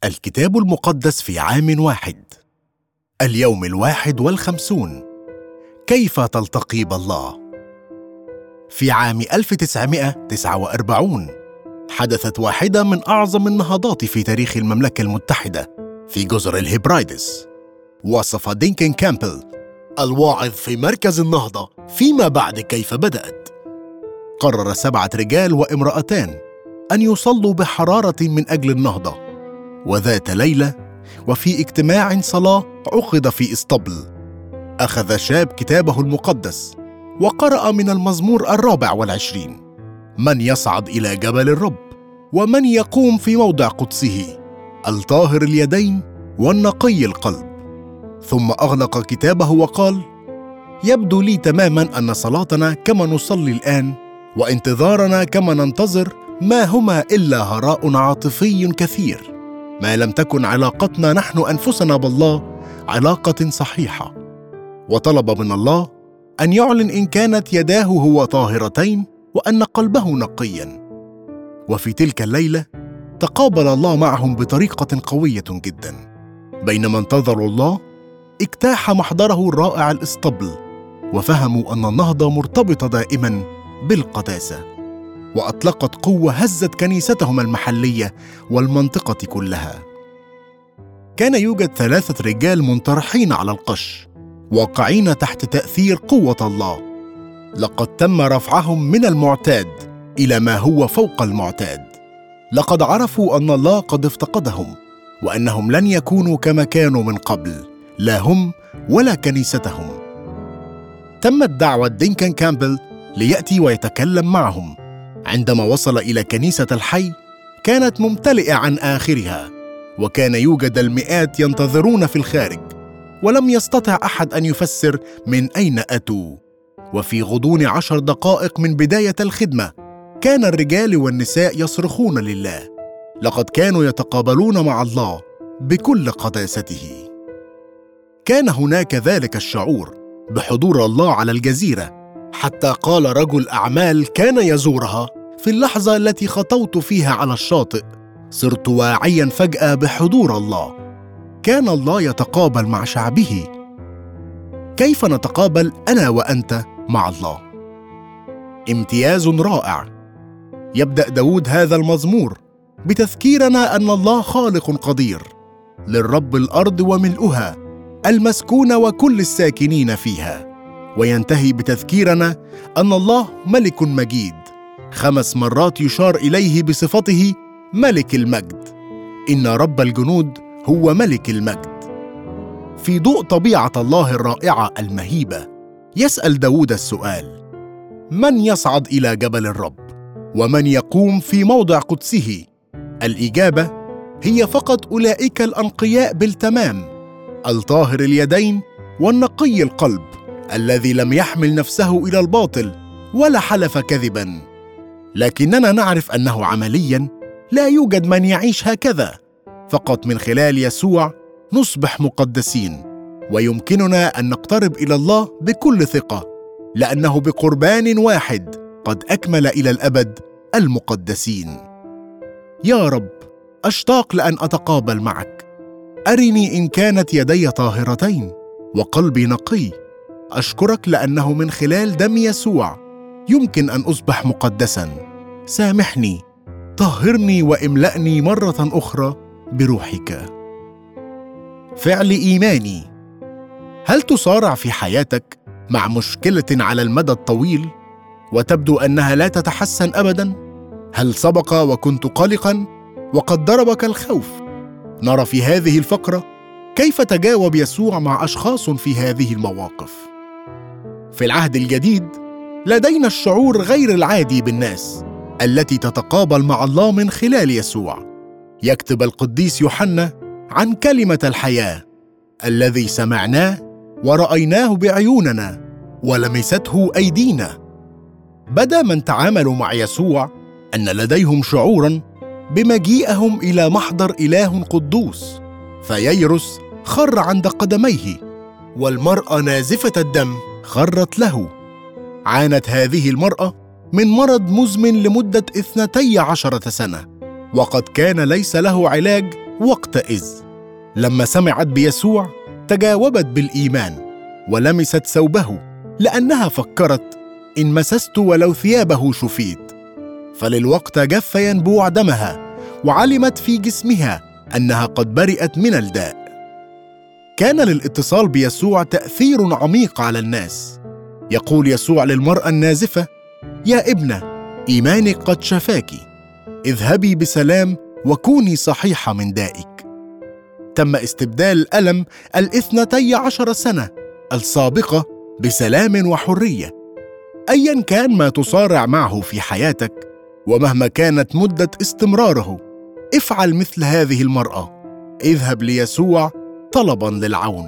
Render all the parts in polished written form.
الكتاب المقدس في عام واحد. اليوم 51. كيف تلتقي بالله؟ في عام 1949 حدثت واحدة من أعظم النهضات في تاريخ المملكة المتحدة في جزر الهيبرايدس. وصف دينكن كامبل الواعظ في مركز النهضة فيما بعد كيف بدأت. قرر 7 رجال وامرأتان أن يصلوا بحرارة من أجل النهضة، وذات ليلة وفي اجتماع صلاة عقد في اسطبل، أخذ شاب كتابه المقدس وقرأ من المزمور 24: من يصعد إلى جبل الرب، ومن يقوم في موضع قدسه، الطاهر اليدين والنقي القلب. ثم أغلق كتابه وقال: يبدو لي تماما أن صلاتنا كما نصلي الآن وانتظارنا كما ننتظر ما هما إلا هراء عاطفي كثير، ما لم تكن علاقتنا نحن أنفسنا بالله علاقة صحيحة. وطلب من الله أن يعلن إن كانت يداه هو طاهرتين وأن قلبه نقيا. وفي تلك الليلة تقابل الله معهم بطريقة قوية جدا. بينما انتظروا الله اجتاح محضره الرائع الاسطبل، وفهموا أن النهضة مرتبطة دائما بالقداسة، وأطلقت قوة هزت كنيستهم المحلية والمنطقة كلها. كان يوجد 3 رجال منطرحين على القش، واقعين تحت تأثير قوة الله. لقد تم رفعهم من المعتاد إلى ما هو فوق المعتاد. لقد عرفوا أن الله قد افتقدهم، وأنهم لن يكونوا كما كانوا من قبل، لا هم ولا كنيستهم. تمت دعوة دينكن كامبل ليأتي ويتكلم معهم. عندما وصل إلى كنيسة الحي كانت ممتلئة عن آخرها، وكان يوجد المئات ينتظرون في الخارج، ولم يستطع أحد أن يفسر من أين أتوا. وفي غضون 10 دقائق من بداية الخدمة كان الرجال والنساء يصرخون لله. لقد كانوا يتقابلون مع الله بكل قداسته. كان هناك ذلك الشعور بحضور الله على الجزيرة، حتى قال رجل أعمال كان يزورها: في اللحظة التي خطوت فيها على الشاطئ صرت واعيا فجأة بحضور الله. كان الله يتقابل مع شعبه. كيف نتقابل أنا وأنت مع الله؟ امتياز رائع. يبدأ داود هذا المزمور بتذكيرنا أن الله خالق قدير، للرب الأرض وملؤها، المسكونة وكل الساكنين فيها. وينتهي بتذكيرنا أن الله ملك مجيد. 5 مرات يشار إليه بصفته ملك المجد. إن رب الجنود هو ملك المجد. في ضوء طبيعة الله الرائعة المهيبة يسأل داود السؤال: من يصعد إلى جبل الرب، ومن يقوم في موضع قدسه؟ الإجابة هي فقط أولئك الأنقياء بالتمام، الطاهر اليدين والنقي القلب، الذي لم يحمل نفسه إلى الباطل ولا حلف كذبا. لكننا نعرف أنه عمليا لا يوجد من يعيش هكذا. فقط من خلال يسوع نصبح مقدسين، ويمكننا أن نقترب إلى الله بكل ثقة، لأنه بقربان واحد قد أكمل إلى الأبد المقدسين. يا رب، أشتاق لأن أتقابل معك. أرني إن كانت يدي طاهرتين وقلبي نقي. أشكرك لأنه من خلال دم يسوع يمكن أن أصبح مقدساً. سامحني، طهرني واملأني مرة أخرى بروحك. فعل إيماني. هل تصارع في حياتك مع مشكلة على المدى الطويل وتبدو أنها لا تتحسن أبداً؟ هل سبق وكنت قلقاً وقد ضربك الخوف؟ نرى في هذه الفقرة كيف تجاوب يسوع مع أشخاص في هذه المواقف. في العهد الجديد لدينا الشعور غير العادي بالناس التي تتقابل مع الله من خلال يسوع. يكتب القديس يوحنا عن كلمة الحياة الذي سمعناه ورأيناه بعيوننا ولمسته أيدينا. بدا من تعاملوا مع يسوع أن لديهم شعوراً بمجيئهم إلى محضر إله قدوس. فييروس خر عند قدميه، والمرأة نازفة الدم خرت له. عانت هذه المرأة من مرض مزمن لمدة 12 سنة، وقد كان ليس له علاج وقتئذ لما سمعت بيسوع تجاوبت بالإيمان ولمست ثوبه، لأنها فكرت: إن مسست ولو ثيابه شفيت. فللوقت جف ينبوع دمها، وعلمت في جسمها أنها قد برئت من الداء. كان للاتصال بيسوع تأثير عميق على الناس. يقول يسوع للمرأة النازفة: يا ابنة، إيمانك قد شفاك، اذهبي بسلام وكوني صحيحة من دائك. تم استبدال الألم 12 سنة السابقة بسلام وحرية. أيا كان ما تصارع معه في حياتك، ومهما كانت مدة استمراره، افعل مثل هذه المرأة، اذهب ليسوع طلباً للعون.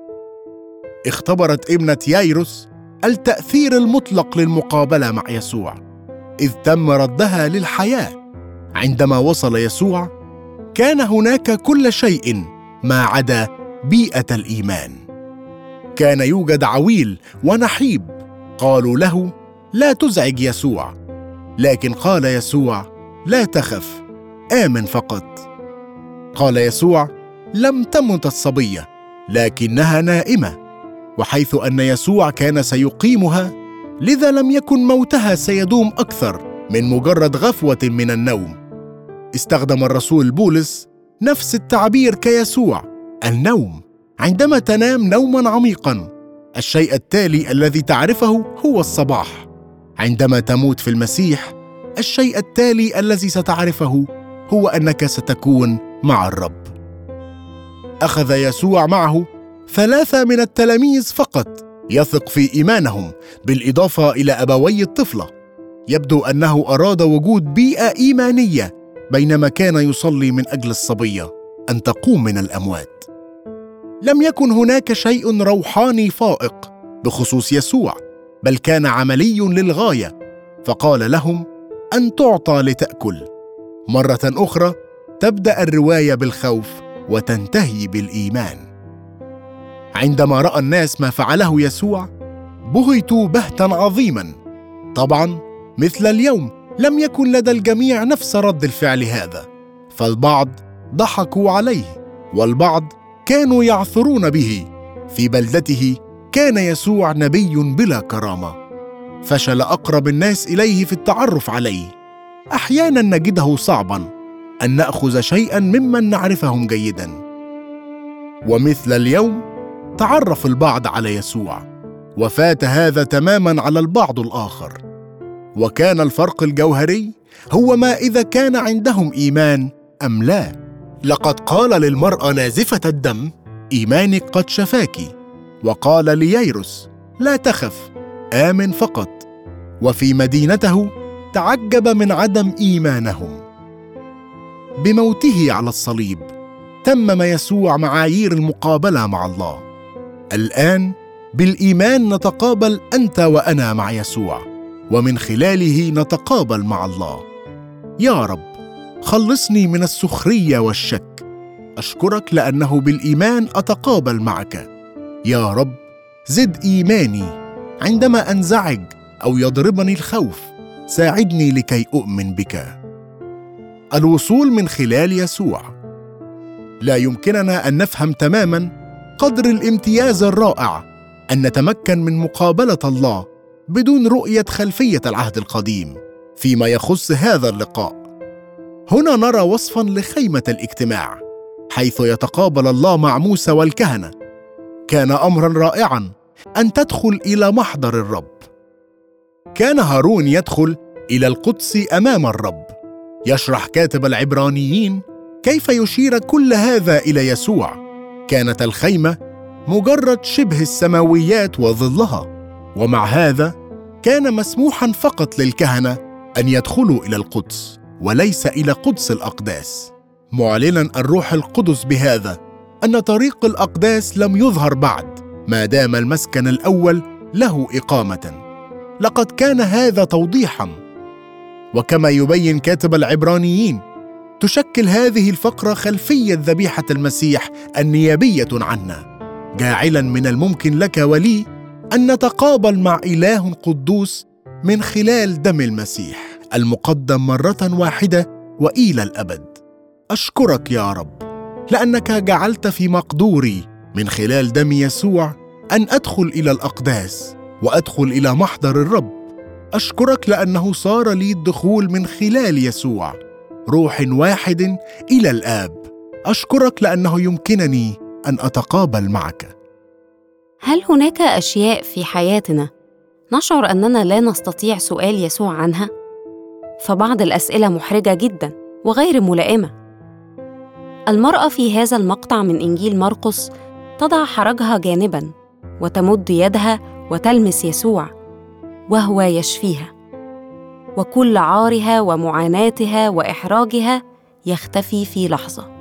اختبرت ابنة يايروس التأثير المطلق للمقابلة مع يسوع، إذ تم ردها للحياة. عندما وصل يسوع كان هناك كل شيء ما عدا بيئة الإيمان. كان يوجد عويل ونحيب قالوا له: لا تزعج يسوع. لكن قال يسوع: لا تخف، آمن فقط. قال يسوع: لم تمت الصبية، لكنها نائمة. وحيث أن يسوع كان سيقيمها، لذا لم يكن موتها سيدوم أكثر من مجرد غفوة من النوم. استخدم الرسول بولس نفس التعبير كيسوع: النوم. عندما تنام نوما عميقا، الشيء التالي الذي تعرفه هو الصباح. عندما تموت في المسيح، الشيء التالي الذي ستعرفه هو أنك ستكون مع الرب. أخذ يسوع معه 3 من التلاميذ فقط يثق في إيمانهم، بالإضافة إلى أبوي الطفلة. يبدو أنه أراد وجود بيئة إيمانية بينما كان يصلي من أجل الصبية أن تقوم من الأموات. لم يكن هناك شيء روحاني فائق بخصوص يسوع، بل كان عملي للغاية. فقال لهم أن تعطى لتأكل. مرة أخرى تبدأ الرواية بالخوف وتنتهي بالإيمان. عندما رأى الناس ما فعله يسوع، بهتوا بهتا عظيما. طبعا مثل اليوم لم يكن لدى الجميع نفس رد الفعل هذا، فالبعض ضحكوا عليه والبعض كانوا يعثرون به. في بلدته كان يسوع نبي بلا كرامة. فشل أقرب الناس إليه في التعرف عليه. أحيانا نجده صعبا أن نأخذ شيئا ممن نعرفهم جيدا. ومثل اليوم تعرف البعض على يسوع، وفات هذا تماما على البعض الآخر. وكان الفرق الجوهري هو ما إذا كان عندهم إيمان أم لا. لقد قال للمرأة نازفة الدم: إيمانك قد شفاك. وقال لييروس: لا تخف، آمن فقط. وفي مدينته تعجب من عدم إيمانهم. بموته على الصليب تمم يسوع معايير المقابلة مع الله. الآن بالإيمان نتقابل أنت وأنا مع يسوع، ومن خلاله نتقابل مع الله. يا رب، خلصني من السخرية والشك. أشكرك لأنه بالإيمان أتقابل معك. يا رب، زد إيماني. عندما أنزعج أو يضربني الخوف، ساعدني لكي أؤمن بك. الوصول من خلال يسوع. لا يمكننا أن نفهم تماما قدر الامتياز الرائع أن نتمكن من مقابلة الله بدون رؤية خلفية العهد القديم فيما يخص هذا اللقاء. هنا نرى وصفا لخيمة الاجتماع، حيث يتقابل الله مع موسى والكهنة. كان أمرا رائعا أن تدخل إلى محضر الرب. كان هارون يدخل إلى القدس أمام الرب. يشرح كاتب العبرانيين كيف يشير كل هذا إلى يسوع. كانت الخيمة مجرد شبه السماويات وظلها، ومع هذا كان مسموحا فقط للكهنة أن يدخلوا إلى القدس وليس إلى قدس الأقداس، معلنا الروح القدس بهذا أن طريق الأقداس لم يظهر بعد ما دام المسكن الأول له إقامة. لقد كان هذا توضيحا. وكما يبين كاتب العبرانيين، تشكل هذه الفقرة خلفية ذبيحة المسيح النيابية عنا، جاعلا من الممكن لك ولي أن نتقابل مع إله قدوس من خلال دم المسيح المقدم مرة واحدة وإلى الأبد. أشكرك يا رب لأنك جعلت في مقدوري من خلال دم يسوع أن أدخل إلى الأقداس وأدخل إلى محضر الرب. أشكرك لأنه صار لي الدخول من خلال يسوع، روح واحد إلى الآب. أشكرك لأنه يمكنني أن أتقابل معك. هل هناك أشياء في حياتنا نشعر أننا لا نستطيع سؤال يسوع عنها؟ فبعض الأسئلة محرجة جداً وغير ملائمة. المرأة في هذا المقطع من إنجيل مرقس تضع حرجها جانباً وتمد يدها وتلمس يسوع وهو يشفيها، وكل عارها ومعاناتها وإحراجها يختفي في لحظة.